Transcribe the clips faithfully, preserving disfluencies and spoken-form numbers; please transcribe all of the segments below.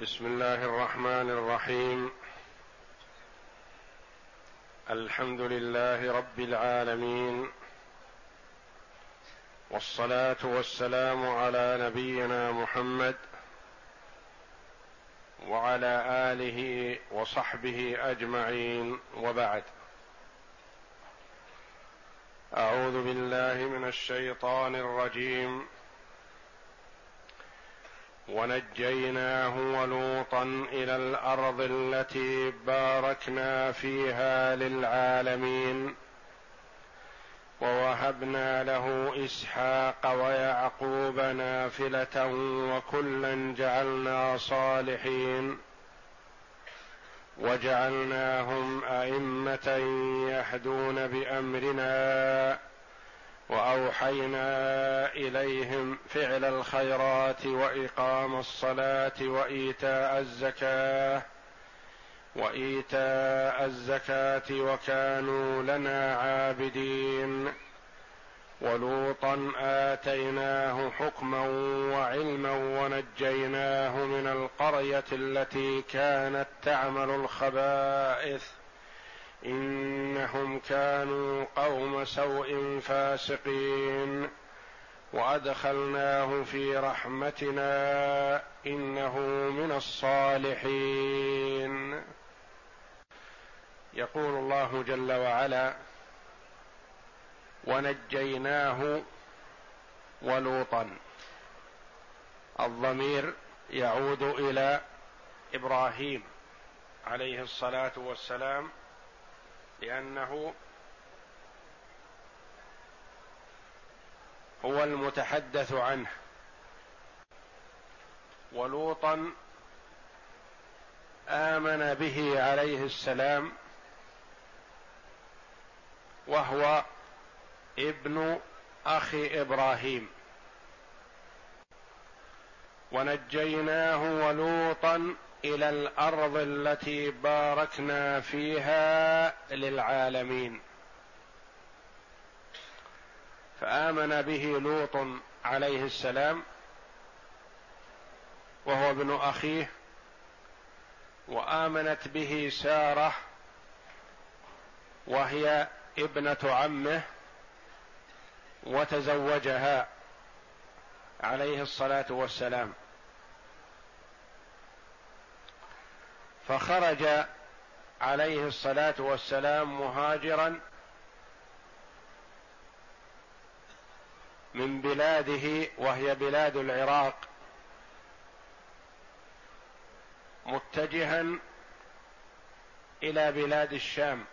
بسم الله الرحمن الرحيم. الحمد لله رب العالمين، والصلاة والسلام على نبينا محمد وعلى آله وصحبه أجمعين، وبعد. أعوذ بالله من الشيطان الرجيم. ونجيناه ولوطا إلى الأرض التي باركنا فيها للعالمين، ووهبنا له إسحاق ويعقوب نافلة وكلا جعلنا صالحين، وجعلناهم أئمة يهدون بأمرنا، وأوحينا إليهم فعل الخيرات وإقام الصلاة وإيتاء الزكاة وإيتاء الزكاة وكانوا لنا عابدين. ولوطا آتيناه حكما وعلما ونجيناه من القرية التي كانت تعمل الخبائث إنهم كانوا قوم سوء فاسقين، وأدخلناه في رحمتنا إنه من الصالحين. يقول الله جل وعلا: ونجيناه ولوطا. الضمير يعود إلى إبراهيم عليه الصلاة والسلام، لأنه هو المتحدث عنه، ولوطا آمن به عليه السلام، وهو ابن أخي إبراهيم. ونجيناه ولوطا إلى الأرض التي باركنا فيها للعالمين. فآمن به لوط عليه السلام وهو ابن أخيه، وآمنت به سارة وهي ابنة عمه، وتزوجها عليه الصلاة والسلام. فخرج عليه الصلاة والسلام مهاجرا من بلاده وهي بلاد العراق، متجها إلى بلاد الشام،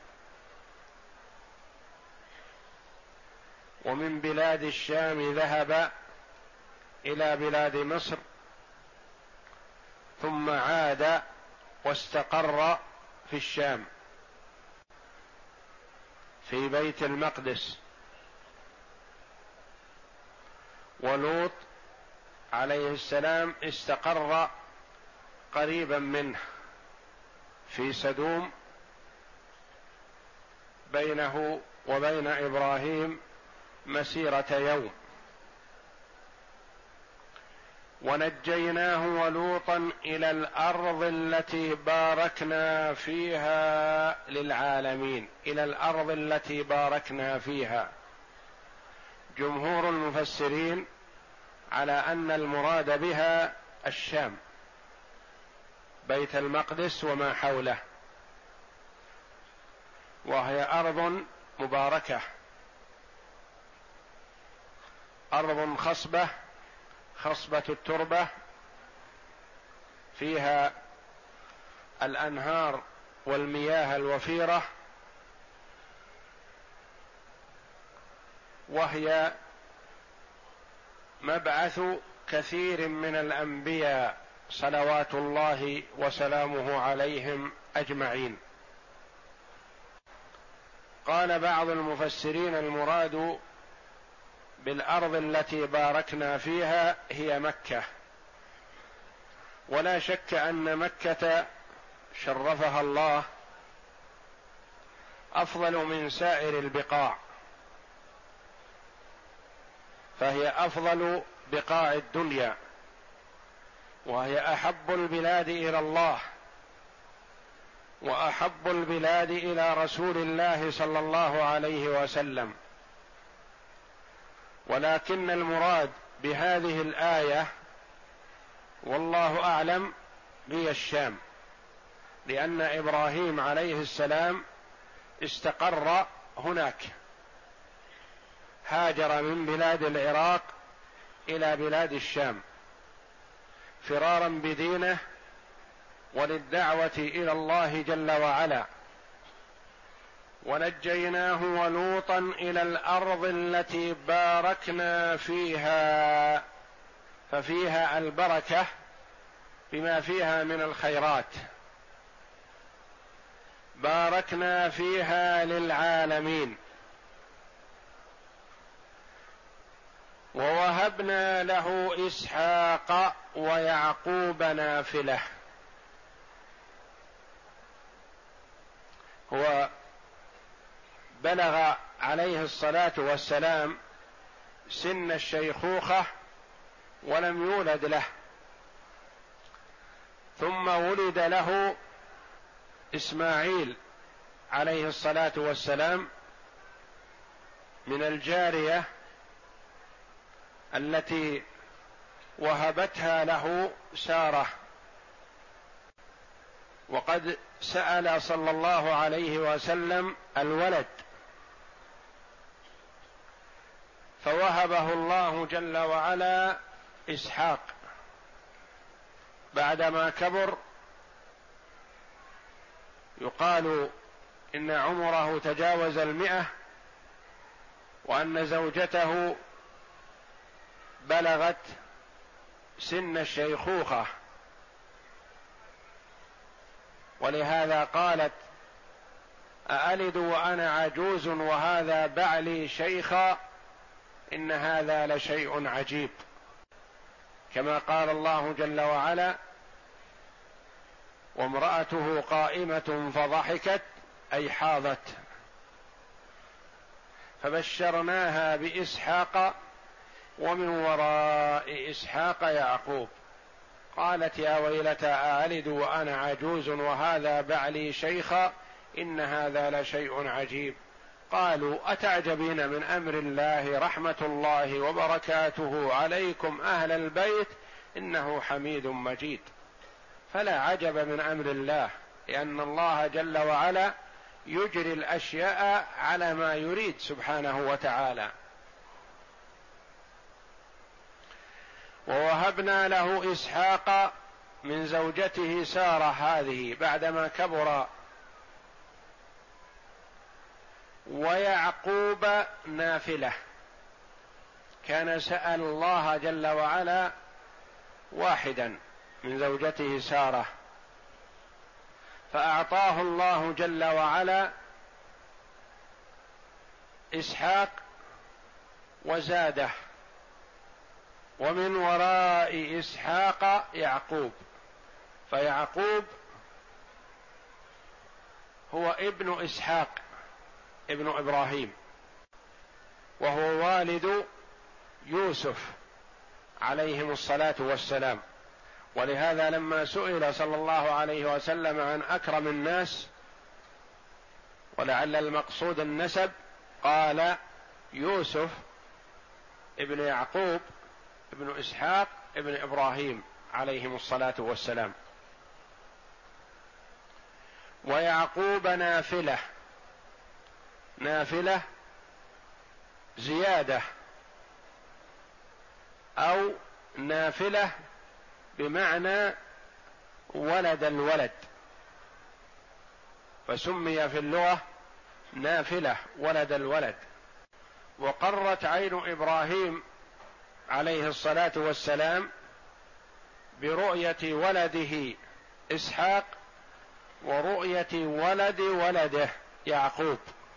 ومن بلاد الشام ذهب إلى بلاد مصر، ثم عاد واستقر في الشام في بيت المقدس. ولوط عليه السلام استقر قريبا منه في سدوم، بينه وبين إبراهيم مسيرة يوم. ونجيناه ولوطا إلى الأرض التي باركنا فيها للعالمين. إلى الأرض التي باركنا فيها، جمهور المفسرين على أن المراد بها الشام، بيت المقدس وما حوله، وهي أرض مباركة، أرض خصبة خصبة التربة، فيها الأنهار والمياه الوفيرة، وهي مبعث كثير من الأنبياء صلوات الله وسلامه عليهم أجمعين. قال بعض المفسرين المراد بالأرض التي باركنا فيها هي مكة، ولا شك أن مكة شرفها الله أفضل من سائر البقاع، فهي أفضل بقاع الدنيا، وهي احب البلاد الى الله واحب البلاد الى رسول الله صلى الله عليه وسلم. ولكن المراد بهذه الايه والله اعلم هي الشام، لان ابراهيم عليه السلام استقر هناك، هاجر من بلاد العراق الى بلاد الشام فرارا بدينه وللدعوه الى الله جل وعلا. ونجيناه ولوطا الى الارض التي باركنا فيها، ففيها البركه بما فيها من الخيرات، باركنا فيها للعالمين. ووهبنا له اسحاق ويعقوب نافله. هو بلغ عليه الصلاه والسلام سن الشيخوخه ولم يولد له، ثم ولد له اسماعيل عليه الصلاه والسلام من الجاريه التي وهبتها له ساره. وقد سأل صلى الله عليه وسلم الولد، فوهبه الله جل وعلا اسحاق بعدما كبر. يقال إن عمره تجاوز المئة، وأن زوجته بلغت سن الشيخوخة، ولهذا قالت: أألد وأنا عجوز وهذا بعلي شيخا، إن هذا لشيء عجيب. كما قال الله جل وعلا: وامرأته قائمة فضحكت أي حاضت، فبشرناها بإسحاق ومن وراء إسحاق يعقوب. قالت: يا ويلتى أألد وأنا عجوز وهذا بعلي شيخا، إن هذا لشيء عجيب. قالوا: أتعجبين من أمر الله، رحمة الله وبركاته عليكم أهل البيت إنه حميد مجيد. فلا عجب من أمر الله، لأن الله جل وعلا يجري الأشياء على ما يريد سبحانه وتعالى. ووهبنا له إسحاق من زوجته سارة هذه بعدما كبر، ويعقوب نافلة. كان سأل الله جل وعلا واحدا من زوجته سارة، فأعطاه الله جل وعلا إسحاق وزاده، ومن وراء إسحاق يعقوب. فيعقوب هو ابن إسحاق ابن إبراهيم، وهو والد يوسف عليهم الصلاة والسلام. ولهذا لما سئل صلى الله عليه وسلم عن أكرم الناس، ولعل المقصود النسب، قال: يوسف ابن يعقوب ابن إسحاق ابن إبراهيم عليهم الصلاة والسلام. ويعقوب نافلة، نافلة زيادة أو نافلة بمعنى ولد الولد، فسمي في اللغة نافلة ولد الولد. وقرت عين إبراهيم عليه الصلاة والسلام برؤية ولده إسحاق ورؤية ولد ولده يعقوب،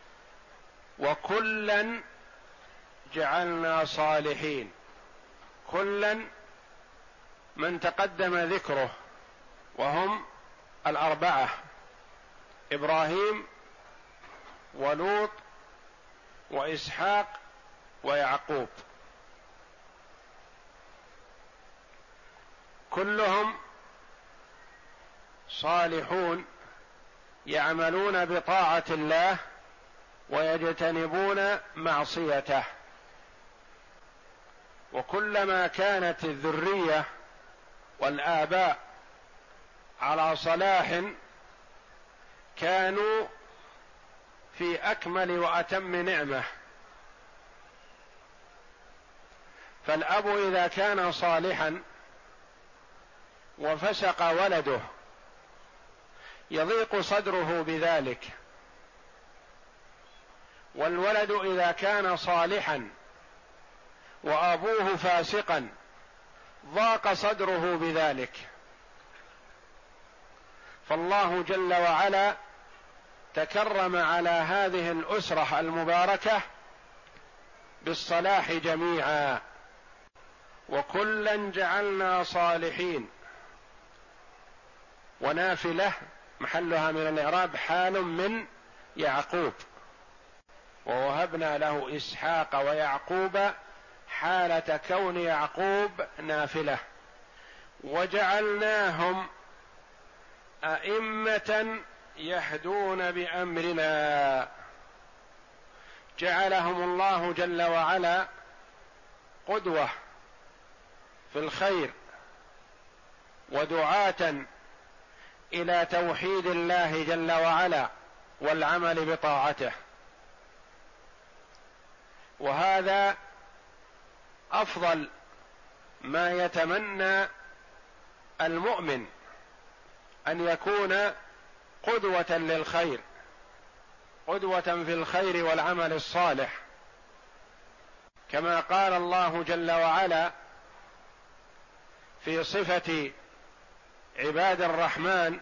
وكلا جعلنا صالحين. كلا من تقدم ذكره، وهم الأربعة: إبراهيم ولوط وإسحاق ويعقوب. كلهم صالحون يعملون بطاعة الله ويجتنبون معصيته. وكلما كانت الذرية والآباء على صلاح كانوا في أكمل وأتم نعمة. فالأب إذا كان صالحا وفسق ولده يضيق صدره بذلك، والولد إذا كان صالحا وأبوه فاسقا ضاق صدره بذلك. فالله جل وعلا تكرم على هذه الأسرة المباركة بالصلاح جميعا، وكلا جعلنا صالحين. ونافلة محلها من الإعراب حال من يعقوب، ووهبنا له إسحاق ويعقوب حالة كون يعقوب نافلة. وجعلناهم أئمة يهدون بأمرنا، جعلهم الله جل وعلا قدوة في الخير ودعاة إلى توحيد الله جل وعلا والعمل بطاعته. وهذا أفضل ما يتمنى المؤمن، أن يكون قدوة للخير، قدوة في الخير والعمل الصالح، كما قال الله جل وعلا في صفة عباد الرحمن: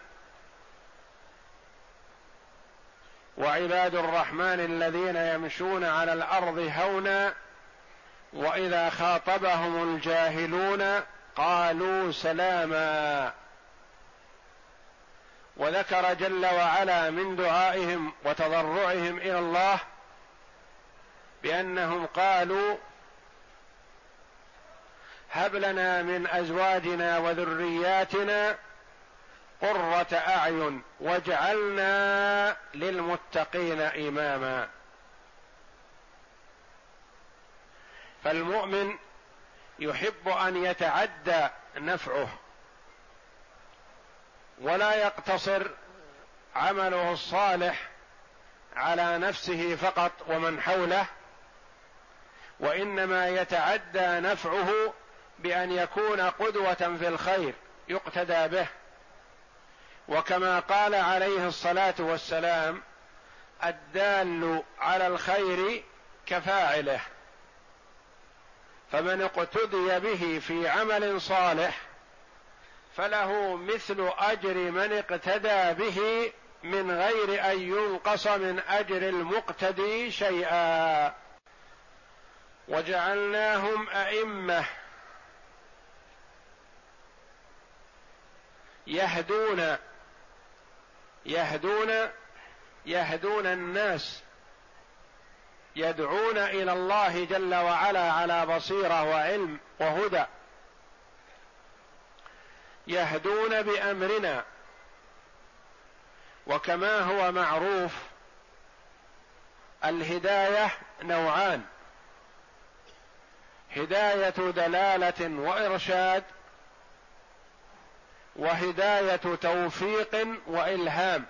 وعباد الرحمن الذين يمشون على الأرض هونا وإذا خاطبهم الجاهلون قالوا سلاما. وذكر جل وعلا من دعائهم وتضرعهم إلى الله بأنهم قالوا: هب لنا من أزواجنا وذرياتنا قرة أعين واجعلنا للمتقين إماما. فالمؤمن يحب أن يتعدى نفعه ولا يقتصر عمله الصالح على نفسه فقط ومن حوله، وإنما يتعدى نفعه بأن يكون قدوة في الخير يقتدى به. وكما قال عليه الصلاة والسلام: الدال على الخير كفاعله. فمن اقتدي به في عمل صالح فله مثل أجر من اقتدى به من غير أن ينقص من أجر المقتدي شيئا. وجعلناهم أئمة يهدون يهدون يهدون الناس، يدعون إلى الله جل وعلا على بصيرة وعلم وهدى، يهدون بأمرنا. وكما هو معروف الهداية نوعان: هداية دلالة وإرشاد، وهداية توفيق وإلهام.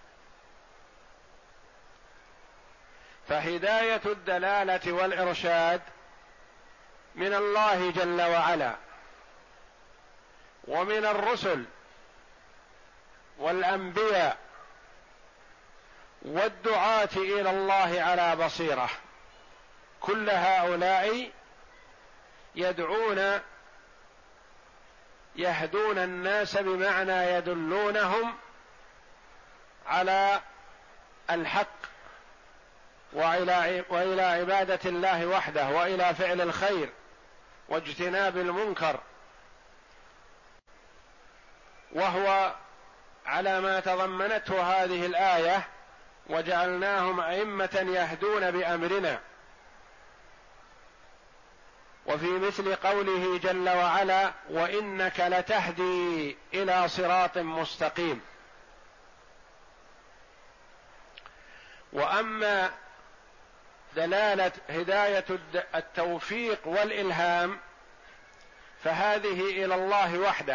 فهداية الدلالة والإرشاد من الله جل وعلا ومن الرسل والأنبياء والدعاة إلى الله على بصيرة، كل هؤلاء يدعون يهدون الناس بمعنى يدلونهم على الحق وإلى وإلى عبادة الله وحده وإلى فعل الخير واجتناب المنكر، وهو على ما تضمنته هذه الآية: وجعلناهم أئمة يهدون بأمرنا. وفي مثل قوله جل وعلا وإنك لتهدي إلى صراط مستقيم. وأما دلالة هداية التوفيق والإلهام فهذه إلى الله وحده،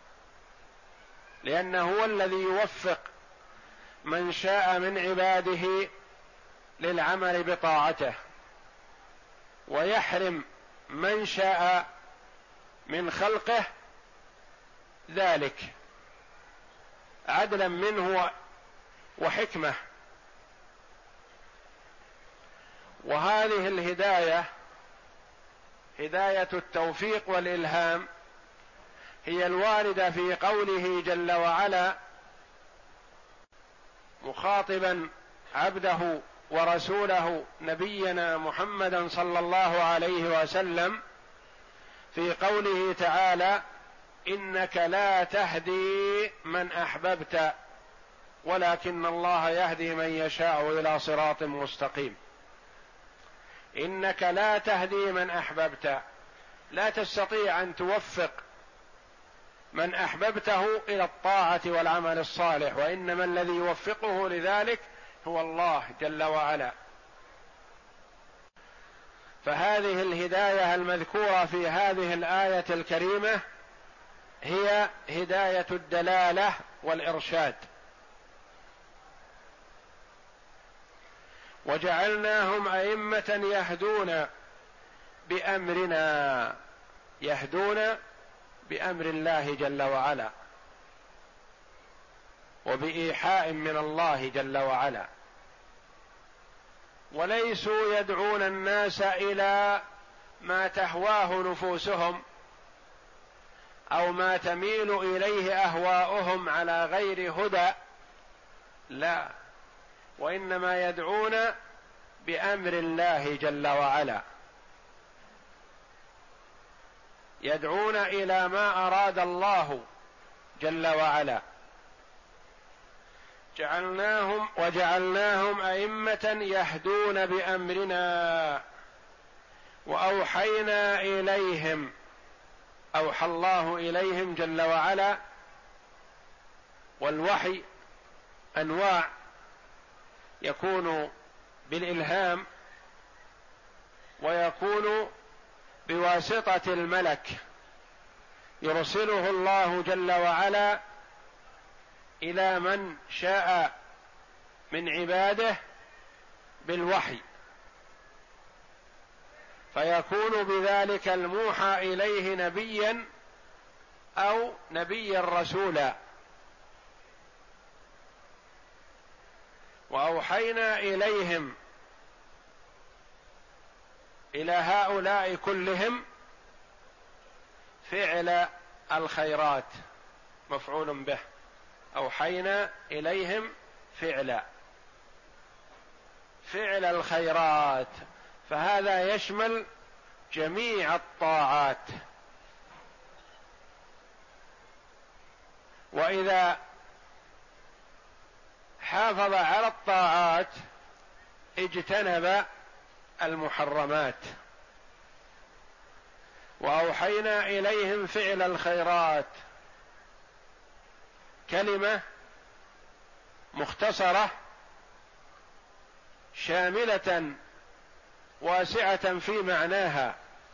لأنه هو الذي يوفق من شاء من عباده للعمل بطاعته، ويحرم من شاء من خلقه ذلك عدلا منه وحكمه. وهذه الهداية هداية التوفيق والإلهام هي الواردة في قوله جل وعلا مخاطبا عبده ورسوله نبينا محمدا صلى الله عليه وسلم في قوله تعالى إنك لا تهدي من أحببت ولكن الله يهدي من يشاء إلى صراط مستقيم. إنك لا تهدي من أحببت، لا تستطيع أن توفق من أحببته إلى الطاعة والعمل الصالح، وإنما الذي يوفقه لذلك هو الله جل وعلا. فهذه الهداية المذكورة في هذه الآية الكريمة هي هداية الدلالة والإرشاد. وجعلناهم أئمة يهدون بأمرنا، يهدون بأمر الله جل وعلا وبإيحاء من الله جل وعلا، وليسوا يدعون الناس إلى ما تهواه نفوسهم أو ما تميل إليه أهواؤهم على غير هدى، لا، وإنما يدعون بأمر الله جل وعلا، يدعون إلى ما أراد الله جل وعلا. جعلناهم وجعلناهم أئمة يهدون بأمرنا وأوحينا إليهم، أوحى الله إليهم جل وعلا. والوحي أنواع، يكون بالإلهام ويكون بواسطة الملك، يرسله الله جل وعلا إلى من شاء من عباده بالوحي، فيكون بذلك الموحى إليه نبيا أو نبيا رسولا. وأوحينا إليهم، إلى هؤلاء كلهم فعل الخيرات مفعول به، أوحينا إليهم فعل فعل الخيرات، فهذا يشمل جميع الطاعات. وإذا حافظ على الطاعات اجتنب المحرمات. وأوحينا إليهم فعل الخيرات كلمة مختصرة شاملة واسعة في معناها،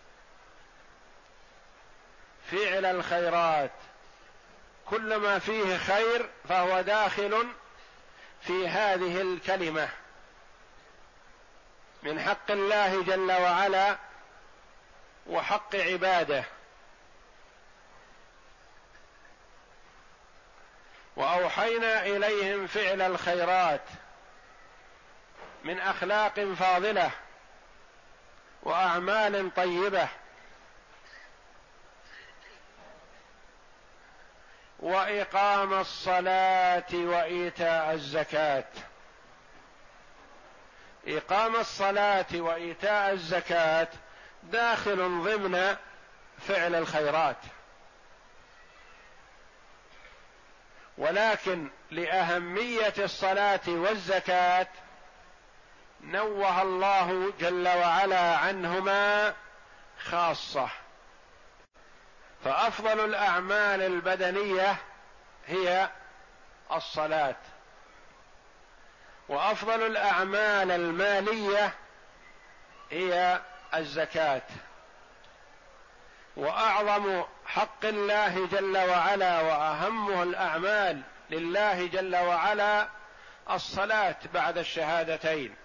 فعل الخيرات، كل ما فيه خير فهو داخل في هذه الكلمة من حق الله جل وعلا وحق عباده. وأوحينا إليهم فعل الخيرات من أخلاق فاضلة وأعمال طيبة، وإقام الصلاة وإيتاء الزكاة. إقام الصلاة وإيتاء الزكاة داخل ضمن فعل الخيرات، ولكن لأهمية الصلاة والزكاة نوه الله جل وعلا عنهما خاصة. فأفضل الأعمال البدنية هي الصلاة، وأفضل الأعمال المالية هي الزكاة، وأعظم حق الله جل وعلا وأهمه الأعمال لله جل وعلا الصلاة بعد الشهادتين،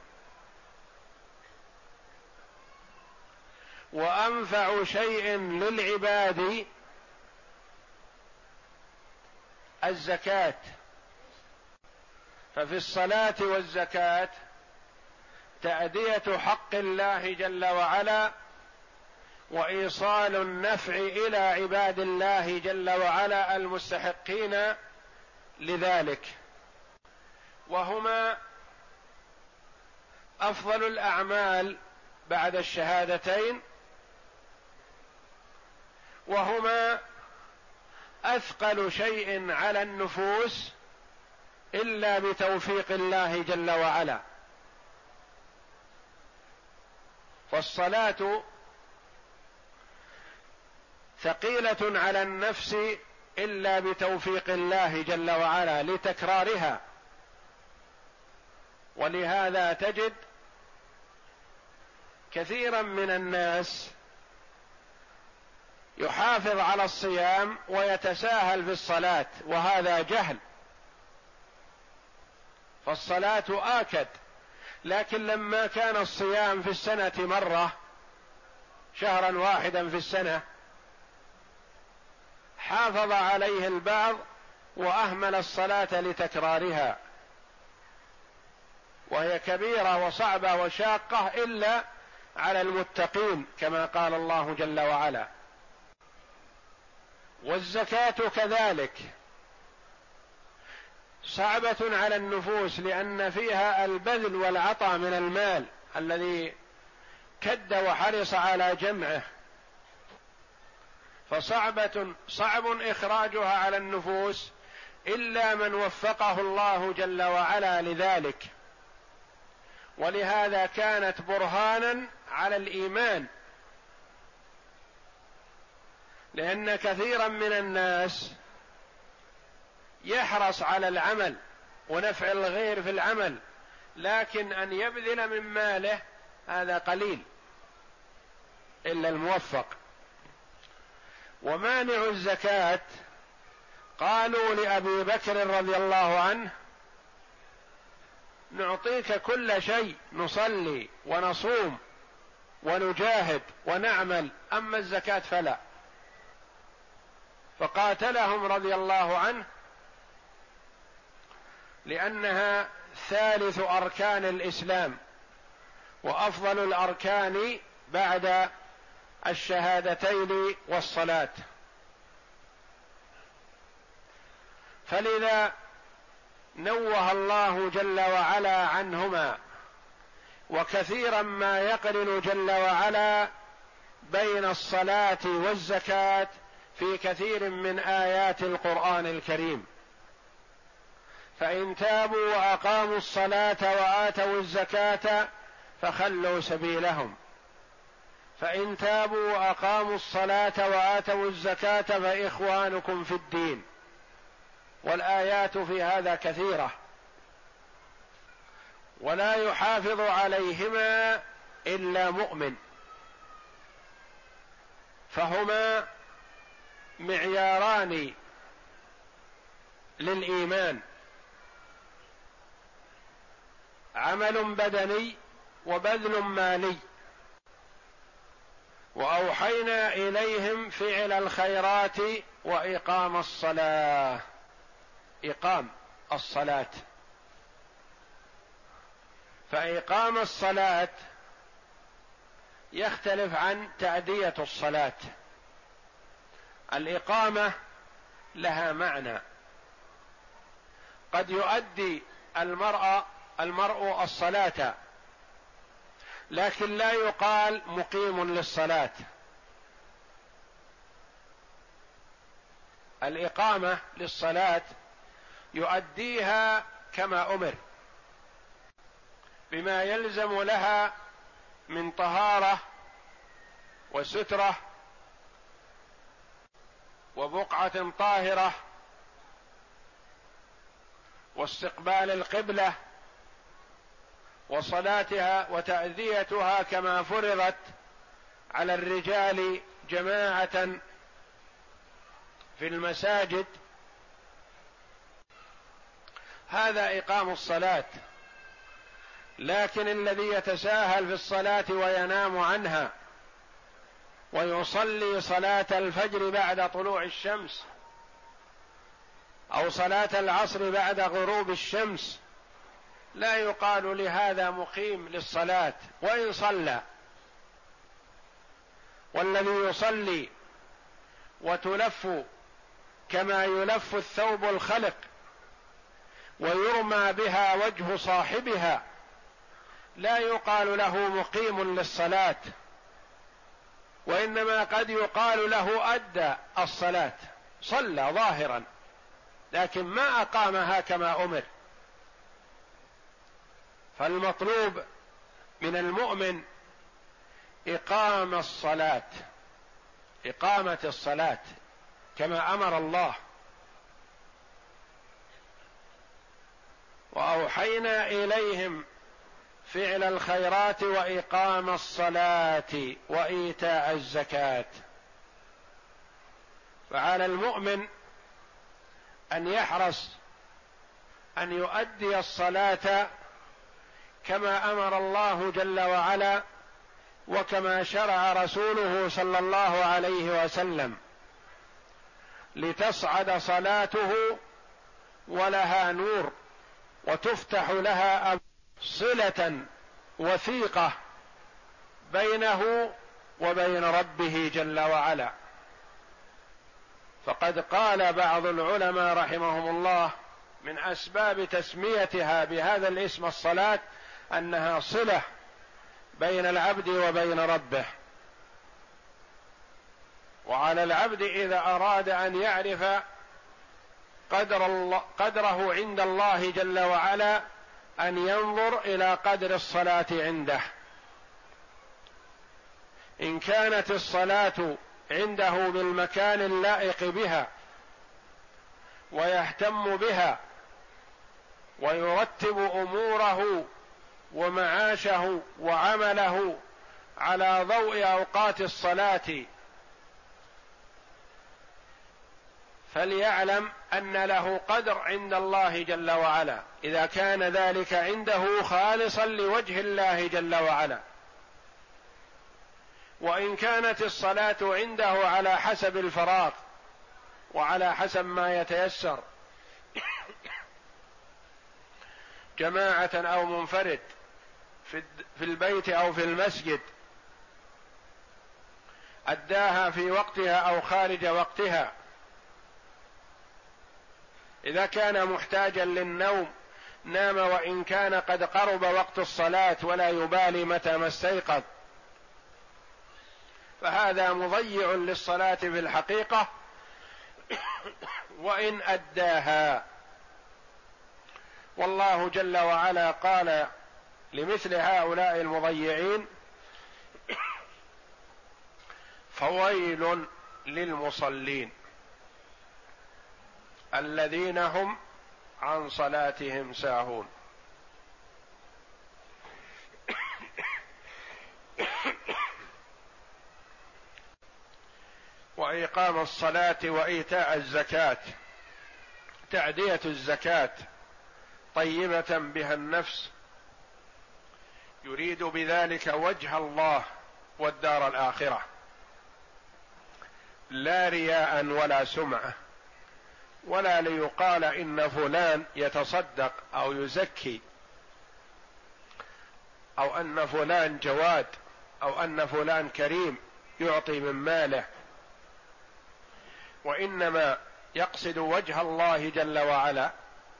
وأنفع شيء للعباد الزكاة. ففي الصلاة والزكاة تأدية حق الله جل وعلا وإيصال النفع إلى عباد الله جل وعلا المستحقين لذلك، وهما أفضل الأعمال بعد الشهادتين، وهما أثقل شيء على النفوس إلا بتوفيق الله جل وعلا. فالصلاة ثقيلة على النفس إلا بتوفيق الله جل وعلا لتكرارها، ولهذا تجد كثيرا من الناس يحافظ على الصيام ويتساهل في الصلاة، وهذا جهل. فالصلاة آكد، لكن لما كان الصيام في السنة مرة شهرا واحدا في السنة حافظ عليه البعض وأهمل الصلاة لتكرارها، وهي كبيرة وصعبة وشاقة إلا على المتقين كما قال الله جل وعلا. والزكاة كذلك صعبة على النفوس لأن فيها البذل والعطاء من المال الذي كد وحرص على جمعه، فصعبة صعب إخراجها على النفوس إلا من وفقه الله جل وعلا لذلك. ولهذا كانت برهانا على الإيمان، لأن كثيرا من الناس يحرص على العمل ونفع الغير في العمل، لكن أن يبذل من ماله هذا قليل إلا الموفق. ومانع الزكاة قالوا لأبي بكر رضي الله عنه: نعطيك كل شيء، نصلي ونصوم ونجاهد ونعمل، أما الزكاة فلا. فقاتلهم رضي الله عنه لأنها ثالث أركان الإسلام وأفضل الأركان بعد الشهادتين والصلاة. فلذا نوه الله جل وعلا عنهما، وكثيرا ما يقرن جل وعلا بين الصلاة والزكاة في كثير من آيات القرآن الكريم. فإن تابوا وأقاموا الصلاة وآتوا الزكاة فخلوا سبيلهم، فإن تابوا وأقاموا الصلاة وآتوا الزكاة فإخوانكم في الدين. والآيات في هذا كثيرة، ولا يحافظ عليهما إلا مؤمن، فهما معياران للإيمان: عمل بدني وبذل مالي. وأوحينا إليهم فعل الخيرات وإقام الصلاة، إقام الصلاة. فإقام الصلاة يختلف عن تأدية الصلاة. الإقامة لها معنى، قد يؤدي المرء المرء الصلاة لكن لا يقال مقيم للصلاة. الإقامة للصلاة يؤديها كما أمر بما يلزم لها من طهارة وسترة وبقعة طاهرة واستقبال القبلة وصلاتها وتأديتها كما فرضت على الرجال جماعة في المساجد، هذا إقام الصلاة. لكن الذي يتساهل في الصلاة وينام عنها ويصلي صلاة الفجر بعد طلوع الشمس أو صلاة العصر بعد غروب الشمس لا يقال لهذا مقيم للصلاة وإن صلى. والذي يصلي وتلف كما يلف الثوب الخلق ويرمى بها وجه صاحبها لا يقال له مقيم للصلاة، وإنما قد يقال له أدى الصلاة، صلى ظاهرا لكن ما أقامها كما أمر. فالمطلوب من المؤمن إقام الصلاة، إقامة الصلاة كما أمر الله. وأوحينا إليهم فعل الخيرات وإقام الصلاة وإيتاء الزكاة. فعلى المؤمن أن يحرص أن يؤدي الصلاة كما أمر الله جل وعلا وكما شرع رسوله صلى الله عليه وسلم، لتصعد صلاته ولها نور وتفتح لها صلة وثيقة بينه وبين ربه جل وعلا. فقد قال بعض العلماء رحمهم الله من أسباب تسميتها بهذا الاسم الصلاة أنها صلة بين العبد وبين ربه. وعلى العبد إذا أراد أن يعرف قدر الله قدره عند الله جل وعلا أن ينظر إلى قدر الصلاة عنده. إن كانت الصلاة عنده بالمكان اللائق بها ويهتم بها ويرتب أموره ومعاشه وعمله على ضوء أوقات الصلاة، فليعلم أن له قدر عند الله جل وعلا إذا كان ذلك عنده خالصا لوجه الله جل وعلا. وإن كانت الصلاة عنده على حسب الفراغ وعلى حسب ما يتيسر جماعة أو منفرد في البيت أو في المسجد أداها في وقتها أو خارج وقتها. إذا كان محتاجا للنوم نام وإن كان قد قرب وقت الصلاة ولا يبالي متى ما استيقظ، فهذا مضيع للصلاة في الحقيقة وإن أداها. والله جل وعلا قال لمثل هؤلاء المضيعين: فويل للمصلين الذين هم عن صلاتهم ساهون. وإقام الصلاة وإيتاء الزكاة، تعدية الزكاة طيبة بها النفس يريد بذلك وجه الله والدار الآخرة، لا رياء ولا سمعة ولا ليقال إن فلان يتصدق أو يزكي أو أن فلان جواد أو أن فلان كريم يعطي من ماله، وإنما يقصد وجه الله جل وعلا.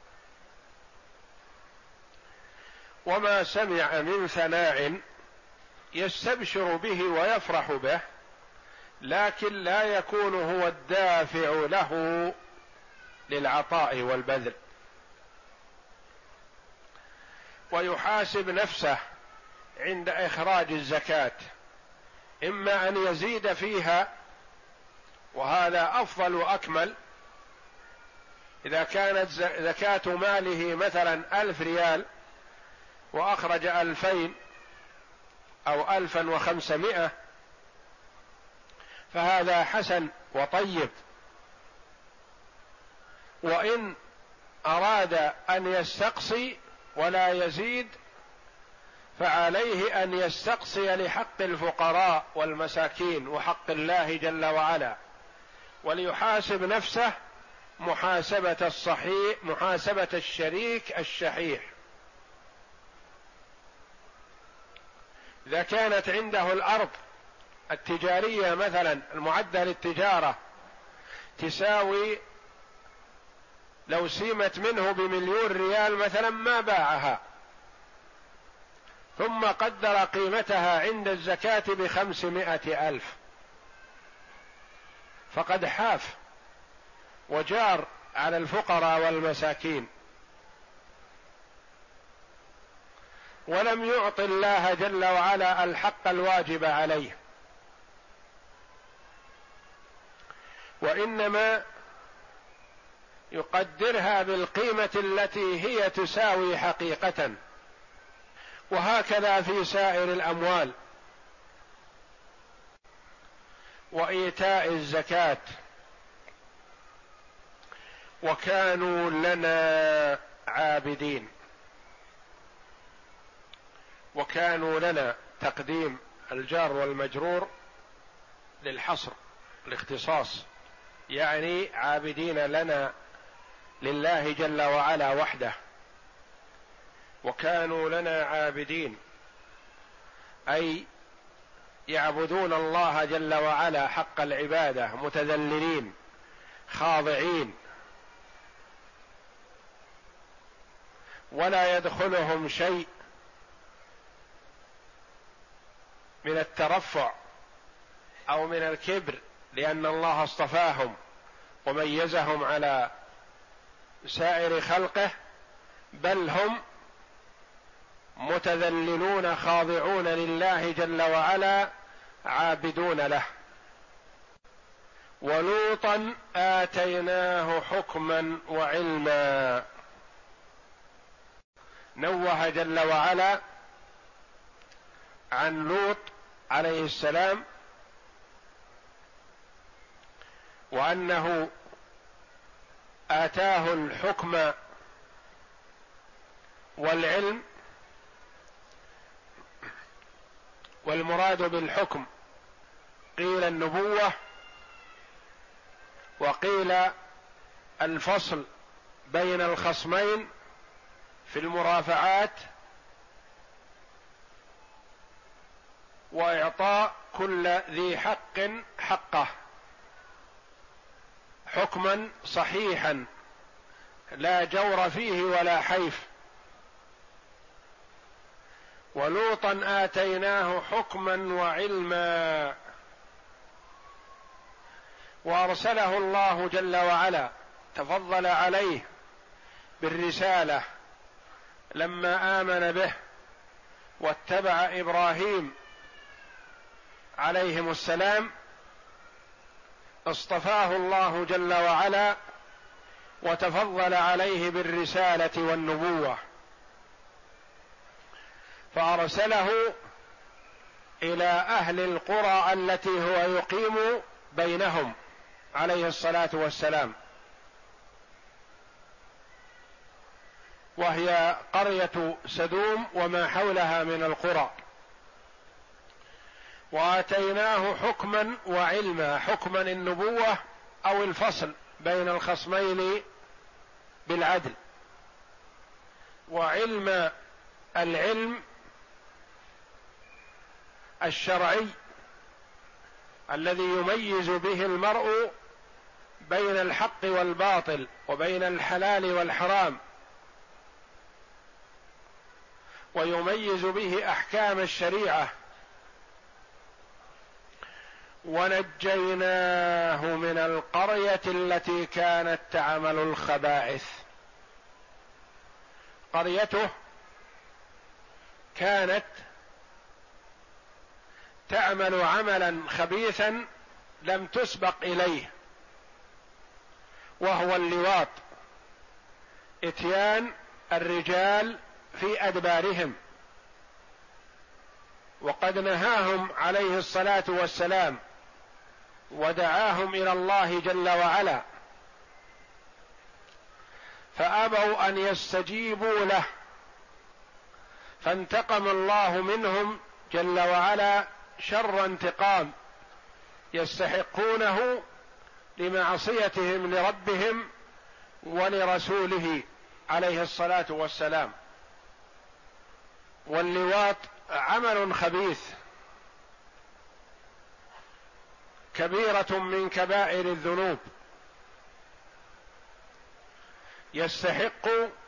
وما سمع من ثناء يستبشر به ويفرح به، لكن لا يكون هو الدافع له للعطاء والبذل. ويحاسب نفسه عند إخراج الزكاة، إما أن يزيد فيها وهذا أفضل وأكمل، إذا كانت زكاة ماله مثلا ألف ريال وأخرج ألفين أو ألفا وخمسمائة فهذا حسن وطيب. وإن أراد أن يستقصي ولا يزيد فعليه أن يستقصي لحق الفقراء والمساكين وحق الله جل وعلا، وليحاسب نفسه محاسبة الصحيح محاسبة الشريك الشحيح. إذا كانت عنده الأرض التجارية مثلا المعدة للتجارة تساوي لو سيمت منه بمليون ريال مثلا ما باعها، ثم قدر قيمتها عند الزكاة بخمسمائة ألف، فقد حاف وجار على الفقراء والمساكين، ولم يعط الله جل وعلا الحق الواجب عليه، وإنما يقدرها بالقيمة التي هي تساوي حقيقة. وهكذا في سائر الأموال وإيتاء الزكاة. وكانوا لنا عابدين. وكانوا لنا تقديم الجار والمجرور للحصر الاختصاص، يعني عابدين لنا لله جل وعلا وحده. وكانوا لنا عابدين أي يعبدون الله جل وعلا حق العبادة، متذللين خاضعين، ولا يدخلهم شيء من الترفع أو من الكبر، لأن الله اصطفاهم وميزهم على سائر خلقه، بل هم متذللون خاضعون لله جل وعلا عابدون له. ولوطا آتيناه حكما وعلما. نوه جل وعلا عن لوط عليه السلام وأنه آتاه الحكم والعلم، والمراد بالحكم قيل النبوة وقيل الفصل بين الخصمين في المرافعات، وإعطاء كل ذي حق حقه حكما صحيحا لا جور فيه ولا حيف. ولوطا آتيناه حكما وعلما. وأرسله الله جل وعلا، تفضل عليه بالرسالة لما آمن به واتبع إبراهيم عليهم السلام، اصطفاه الله جل وعلا وتفضل عليه بالرسالة والنبوة، فأرسله إلى أهل القرى التي هو يقيم بينهم عليه الصلاة والسلام، وهي قرية سدوم وما حولها من القرى. وآتيناه حكما وعلما، حكما النبوة أو الفصل بين الخصمين بالعدل، وعلم العلم الشرعي الذي يميز به المرء بين الحق والباطل وبين الحلال والحرام، ويميز به أحكام الشريعة. ونجيناه من القرية التي كانت تعمل الخبائث. قريته كانت تعمل عملا خبيثا لم تسبق اليه، وهو اللواط، اتيان الرجال في ادبارهم. وقد نهاهم عليه الصلاة والسلام ودعاهم الى الله جل وعلا، فابوا ان يستجيبوا له، فانتقم الله منهم جل وعلا شر انتقام يستحقونه لمعصيتهم لربهم ولرسوله عليه الصلاة والسلام. واللواط عمل خبيث، كبيرة من كبائر الذنوب، يستحق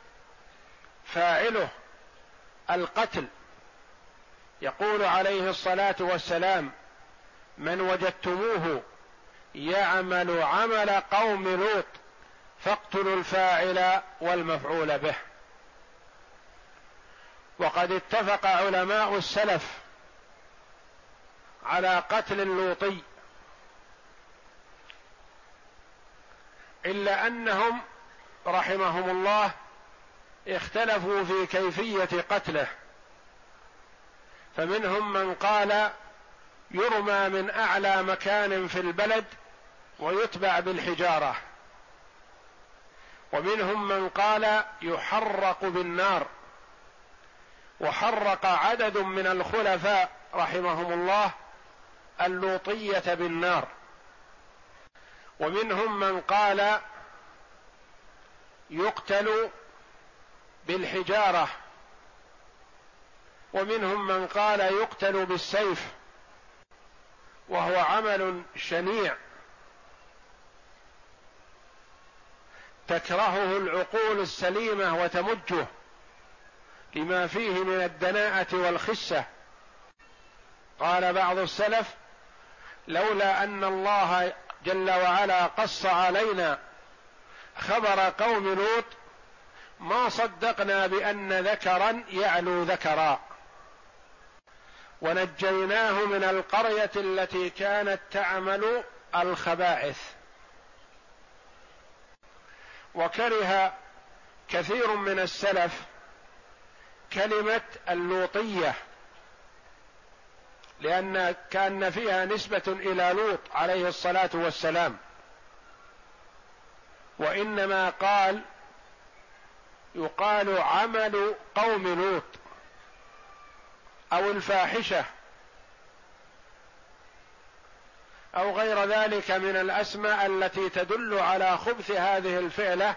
فاعله القتل. يقول عليه الصلاة والسلام: من وجدتموه يعمل عمل قوم لوط فاقتلوا الفاعل والمفعول به. وقد اتفق علماء السلف على قتل اللوطي، إلا أنهم رحمهم الله اختلفوا في كيفية قتله، فمنهم من قال يرمى من أعلى مكان في البلد ويتبع بالحجارة، ومنهم من قال يحرق بالنار، وحرق عدد من الخلفاء رحمهم الله اللوطية بالنار، ومنهم من قال يقتل بالحجارة، ومنهم من قال يقتل بالسيف، وهو عمل شنيع تكرهه العقول السليمة وتمجه لما فيه من الدناءة والخسة. قال بعض السلف: لولا أن الله جل وعلا قص علينا خبر قوم لوط ما صدقنا بأن ذكرا يعلو ذكرا، ونجيناه من القرية التي كانت تعمل الخبائث. وكره كثير من السلف كلمة اللوطية، لأن كان فيها نسبة إلى لوط عليه الصلاة والسلام، وإنما قال يقال عمل قوم لوط أو الفاحشة أو غير ذلك من الأسماء التي تدل على خبث هذه الفعلة،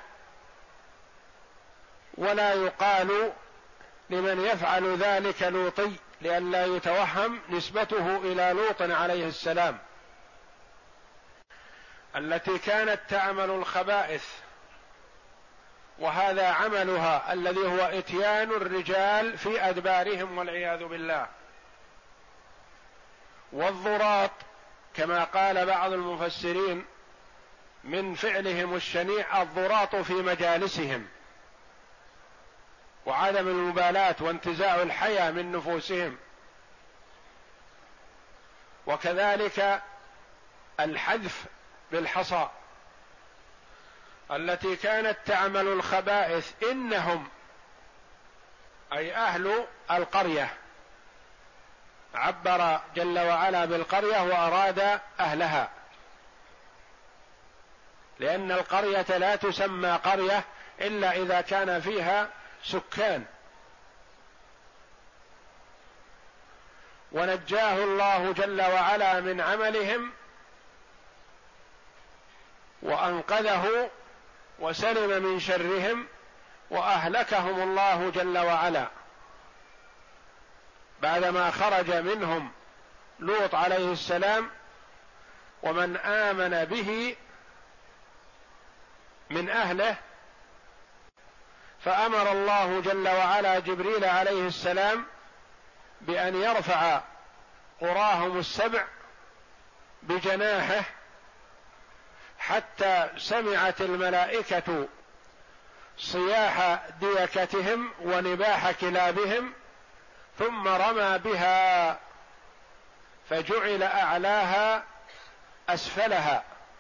ولا يقال لمن يفعل ذلك لوطي، لئلا يتوهم نسبته إلى لوط عليه السلام، التي كانت تعمل الخبائث، وهذا عملها الذي هو إتيان الرجال في أدبارهم والعياذ بالله. والضراط كما قال بعض المفسرين من فعلهم الشنيع الضراط في مجالسهم، وعدم المبالاة وانتزاع الحياة من نفوسهم، وكذلك الحذف بالحصى التي كانت تعمل الخبائث، إنهم أي أهل القرية، عبر جل وعلا بالقرية وأراد أهلها، لأن القرية لا تسمى قرية إلا إذا كان فيها سكان. ونجاه الله جل وعلا من عملهم وأنقذه وسلم من شرهم، وأهلكهم الله جل وعلا بعدما خرج منهم لوط عليه السلام ومن آمن به من أهله. فأمر الله جل وعلا جبريل عليه السلام بأن يرفع قراهم السبع بجناحه، حتى سمعت الملائكة صياح ديكتهم ونباح كلابهم، ثم رمى بها فجعل أعلاها أسفلها.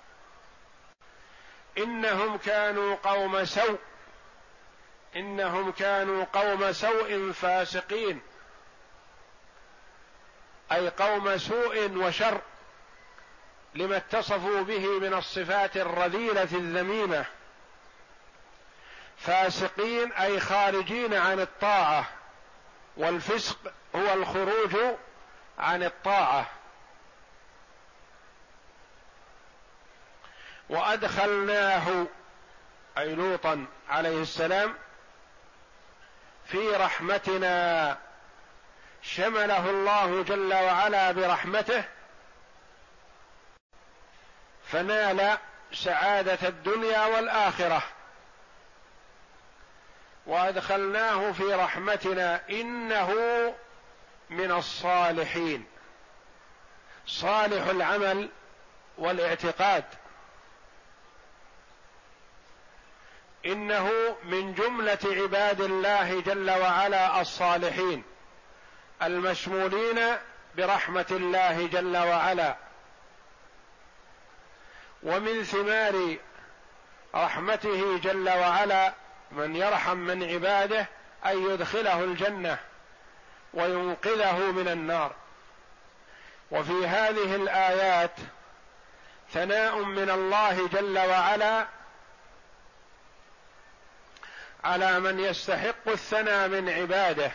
إنهم كانوا قوم سوء، إنهم كانوا قوم سوء فاسقين، أي قوم سوء وشر، لما اتصفوا به من الصفات الرذيلة الذميمة. فاسقين أي خارجين عن الطاعة، والفسق هو الخروج عن الطاعة. وأدخلناه أي لوطا عليه السلام في رحمتنا، شمله الله جل وعلا برحمته، فنال سعادة الدنيا والآخرة. وأدخلناه في رحمتنا إنه من الصالحين، صالح العمل والاعتقاد، إنه من جملة عباد الله جل وعلا الصالحين المشمولين برحمة الله جل وعلا. ومن ثمار رحمته جل وعلا من يرحم من عباده أن يدخله الجنة وينقذه من النار. وفي هذه الآيات ثناء من الله جل وعلا على من يستحق الثناء من عباده.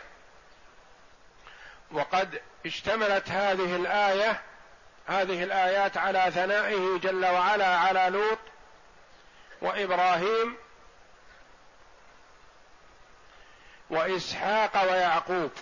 وقد اشتملت هذه الآية هذه الآيات على ثنائه جل وعلا على لوط وإبراهيم وإسحاق ويعقوب،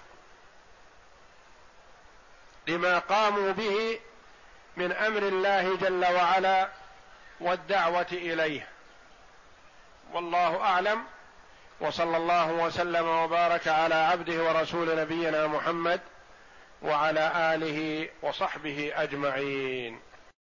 لما قاموا به من أمر الله جل وعلا والدعوة إليه. والله أعلم، وصلى الله وسلم وبارك على عبده ورسول نبينا محمد وعلى آله وصحبه أجمعين.